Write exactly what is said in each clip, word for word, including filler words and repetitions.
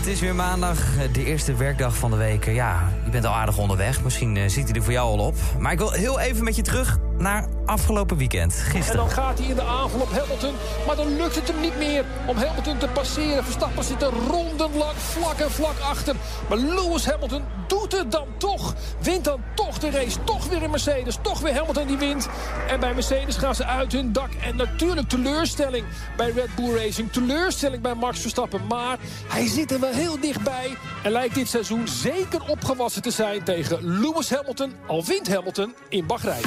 Het is weer maandag, de eerste werkdag van de week. Ja, je bent al aardig onderweg. Misschien uh, zit hij er voor jou al op. Maar ik wil heel even met je terug naar afgelopen weekend, gisteren. En dan gaat hij in de aanval op Hamilton. Maar dan lukt het hem niet meer om Hamilton te passeren. Verstappen zit er rondenlang vlak en vlak achter. Maar Lewis Hamilton doet het dan toch. Wint dan toch de race. Toch weer in Mercedes. Toch weer Hamilton die wint. En bij Mercedes gaan ze uit hun dak. En natuurlijk teleurstelling bij Red Bull Racing. Teleurstelling bij Max Verstappen. Maar hij zit er wel heel dichtbij. En lijkt dit seizoen zeker opgewassen te zijn tegen Lewis Hamilton. Al wint Hamilton in Bahrein.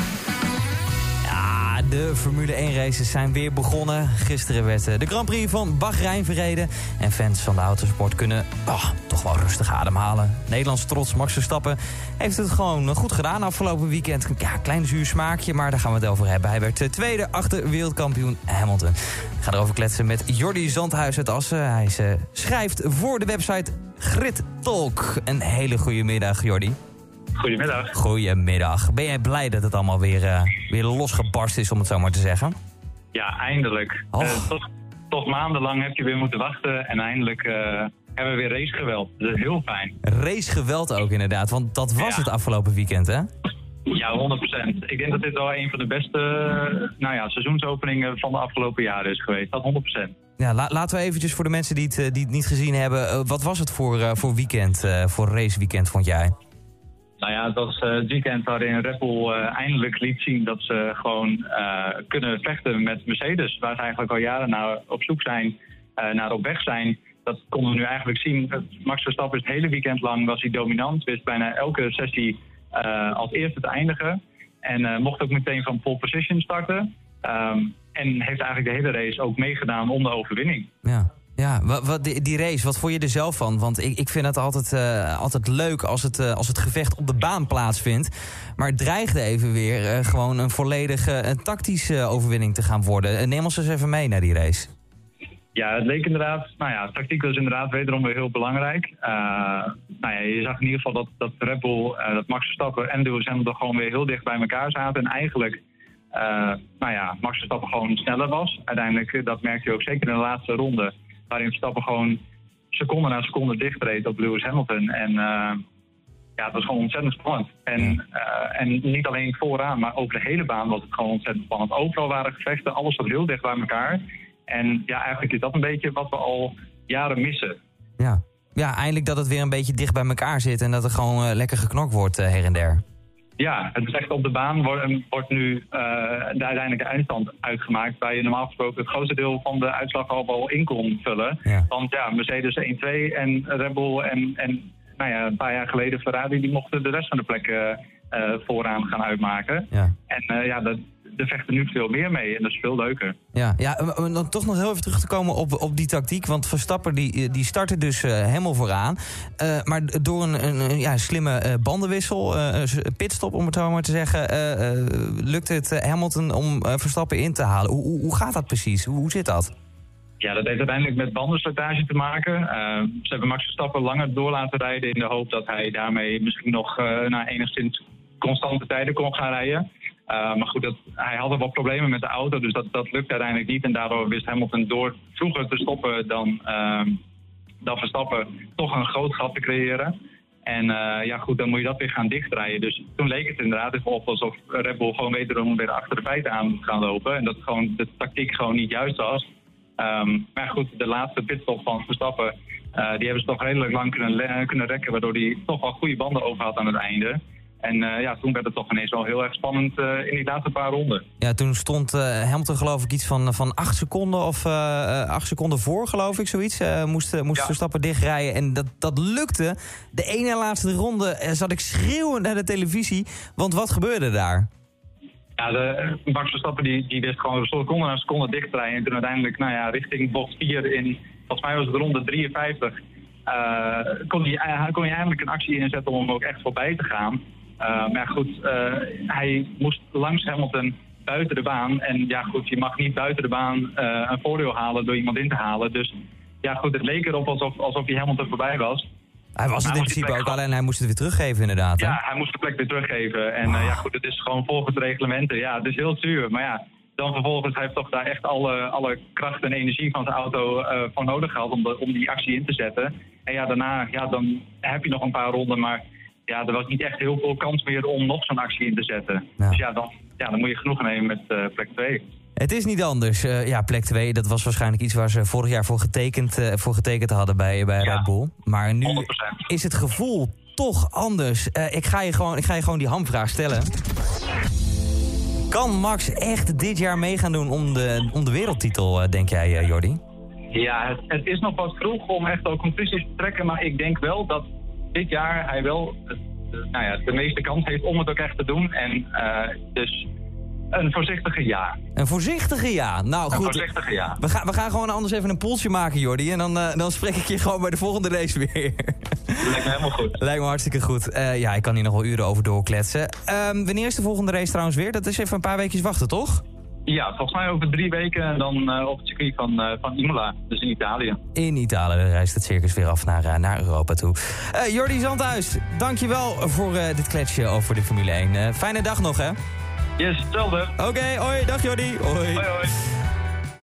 Ja, de Formule één races zijn weer begonnen. Gisteren werd de Grand Prix van Bahrein verreden. En fans van de autosport kunnen oh, toch wel rustig ademhalen. Nederlands trots Max Verstappen heeft het gewoon goed gedaan afgelopen weekend. Ja, klein zuur smaakje, maar daar gaan we het over hebben. Hij werd tweede achter wereldkampioen Hamilton. Ik ga erover kletsen met Jordi Zandhuis uit Assen. Hij is, uh, schrijft voor de website Grid Talk. Een hele goede middag, Jordi. Goedemiddag. Goedemiddag. Ben jij blij dat het allemaal weer, uh, weer losgebarst is, om het zo maar te zeggen? Ja, eindelijk. Oh. Uh, toch, toch maandenlang heb je weer moeten wachten en eindelijk uh, hebben we weer racegeweld. Dat is heel fijn. Racegeweld ook inderdaad, want dat was ja. het afgelopen weekend, hè? Ja, honderd procent. Ik denk dat dit wel een van de beste uh, nou ja, seizoensopeningen van de afgelopen jaren is geweest. Dat honderd procent. Ja, la- laten we eventjes voor de mensen die het, die het niet gezien hebben. Uh, wat was het voor, uh, voor weekend, uh, voor raceweekend, vond jij? Nou ja, dat is uh, het weekend waarin Red Bull uh, eindelijk liet zien dat ze gewoon uh, kunnen vechten met Mercedes. Waar ze eigenlijk al jaren naar op zoek zijn, uh, naar op weg zijn. Dat konden we nu eigenlijk zien. Max Verstappen is het hele weekend lang was hij dominant. Wist bijna elke sessie uh, als eerste te eindigen. En uh, mocht ook meteen van pole position starten. Um, en heeft eigenlijk de hele race ook meegedaan om de overwinning. Ja. Ja, wat, wat, die, die race, wat vond je er zelf van? Want ik, ik vind het altijd, uh, altijd leuk als het, uh, als het gevecht op de baan plaatsvindt. Maar het dreigde even weer uh, gewoon een volledige een tactische overwinning te gaan worden. Uh, neem ons eens even mee naar die race. Ja, het leek inderdaad, nou ja, tactiek was inderdaad wederom weer heel belangrijk. Uh, nou ja, je zag in ieder geval dat, dat Red Bull, uh, dat Max Verstappen en Lewis Hamilton gewoon weer heel dicht bij elkaar zaten. En eigenlijk, uh, nou ja, Max Verstappen gewoon sneller was. Uiteindelijk, dat merkte je ook zeker in de laatste ronde. Waarin Verstappen gewoon seconde na seconde dichtreed op Lewis Hamilton. En uh, ja, het was gewoon ontzettend spannend. En, uh, en niet alleen vooraan, maar over de hele baan was het gewoon ontzettend spannend. Overal waren gevechten, alles was heel dicht bij elkaar. En ja, eigenlijk is dat een beetje wat we al jaren missen. Ja, ja eindelijk dat het weer een beetje dicht bij elkaar zit en dat er gewoon uh, lekker geknokt wordt uh, her en der. Ja, het is echt op de baan wordt, wordt nu uh, de uiteindelijke eindstand uitgemaakt. Waar je normaal gesproken het grootste deel van de uitslag al wel in kon vullen. Ja. Want ja, Mercedes één twee en Red Bull en, en nou ja, een paar jaar geleden Ferrari, die mochten de rest van de plekken uh, vooraan gaan uitmaken. Ja. En uh, ja, dat, er vechten nu veel meer mee en dat is veel leuker. Ja, ja, om dan toch nog heel even terug te komen op, op die tactiek. Want Verstappen die, die startte dus uh, helemaal vooraan. Uh, maar door een, een ja, slimme uh, bandenwissel, uh, pitstop om het zo maar te zeggen, uh, uh, lukt het uh, Hamilton om uh, Verstappen in te halen. Hoe, hoe, hoe gaat dat precies? Hoe, hoe zit dat? Ja, dat heeft uiteindelijk met bandenslijtage te maken. Uh, ze hebben Max Verstappen langer door laten rijden in de hoop dat hij daarmee misschien nog uh, naar enigszins constante tijden kon gaan rijden. Uh, maar goed, dat, hij had er wat problemen met de auto, dus dat, dat lukte uiteindelijk niet. En daardoor wist Hamilton door vroeger te stoppen dan, uh, dan Verstappen toch een groot gat te creëren. En uh, ja goed, dan moet je dat weer gaan dichtrijden. Dus toen leek het inderdaad even op alsof Red Bull gewoon wederom weer achter de feiten aan moet gaan lopen. En dat gewoon de tactiek gewoon niet juist was. Um, maar goed, de laatste pitstop van Verstappen, uh, die hebben ze toch redelijk lang kunnen, le- kunnen rekken, waardoor hij toch wel goede banden over had aan het einde. En uh, ja, toen werd het toch ineens wel heel erg spannend uh, in die laatste paar ronden. Ja, toen stond uh, Hamilton geloof ik iets van, van acht seconden of uh, acht seconden voor, geloof ik, zoiets. Uh, moest moest ja. Verstappen dichtrijden en dat, dat lukte. De ene laatste ronde uh, zat ik schreeuwend naar de televisie, want wat gebeurde daar? Ja, de, Max Verstappen die, die wist gewoon seconde na seconde dichtrijden. En toen uiteindelijk, nou ja, richting bocht vier in, volgens mij was het ronde drieënvijftig, uh, kon hij kon hij eindelijk een actie inzetten om hem ook echt voorbij te gaan. Uh, maar goed, uh, hij moest langs Hamilton buiten de baan. En ja goed, je mag niet buiten de baan uh, een voordeel halen door iemand in te halen. Dus ja goed, het leek erop alsof, alsof hij Hamilton voorbij was. Hij was het in principe ook, alleen hij moest het weer teruggeven inderdaad. Hè? Ja, hij moest de plek weer teruggeven. En uh, ja goed, het is gewoon volgens de reglementen. Ja, het is heel zuur. Maar ja, dan vervolgens, hij heeft toch daar echt alle, alle kracht en energie van zijn auto uh, voor nodig gehad om, de, om die actie in te zetten. En ja, daarna, ja, dan heb je nog een paar ronden, maar ja, er was niet echt heel veel kans meer om nog zo'n actie in te zetten. Ja. Dus ja dan, ja, dan moet je genoegen nemen met uh, plek twee. Het is niet anders. Uh, ja, plek twee, dat was waarschijnlijk iets waar ze vorig jaar voor getekend, uh, voor getekend hadden bij, bij ja, Red Bull. Maar nu honderd procent is het gevoel toch anders. Uh, ik, ga je gewoon, ik ga je gewoon die hamvraag stellen. Kan Max echt dit jaar mee gaan doen om de, om de wereldtitel, uh, denk jij, uh, Jordi? Ja, het, het is nog wat vroeg om echt al conclusies te trekken. Maar ik denk wel dat dit jaar hij wel het, de, nou ja, de meeste kans heeft om het ook echt te doen. En uh, dus een voorzichtige ja. Een voorzichtige ja. Nou goed. Een voorzichtige ja. We, ga, we gaan gewoon anders even een poeltje maken, Jordi. En dan, uh, dan spreek ik je gewoon bij de volgende race weer. Lijkt me helemaal goed. Lijkt me hartstikke goed. Uh, ja, ik kan hier nog wel uren over doorkletsen. Um, wanneer is de volgende race trouwens weer? Dat is even een paar weekjes wachten, toch? Ja, volgens mij over drie weken en dan uh, op het circuit van, uh, van Imola, dus in Italië. In Italië reist het circus weer af naar, uh, naar Europa toe. Uh, Jordi Zandhuis, dankjewel voor uh, dit kletsje over de Formule één. Uh, fijne dag nog, hè? Yes, hetzelfde. Oké, okay, hoi, dag Jordi. Hoi. Hoi, hoi.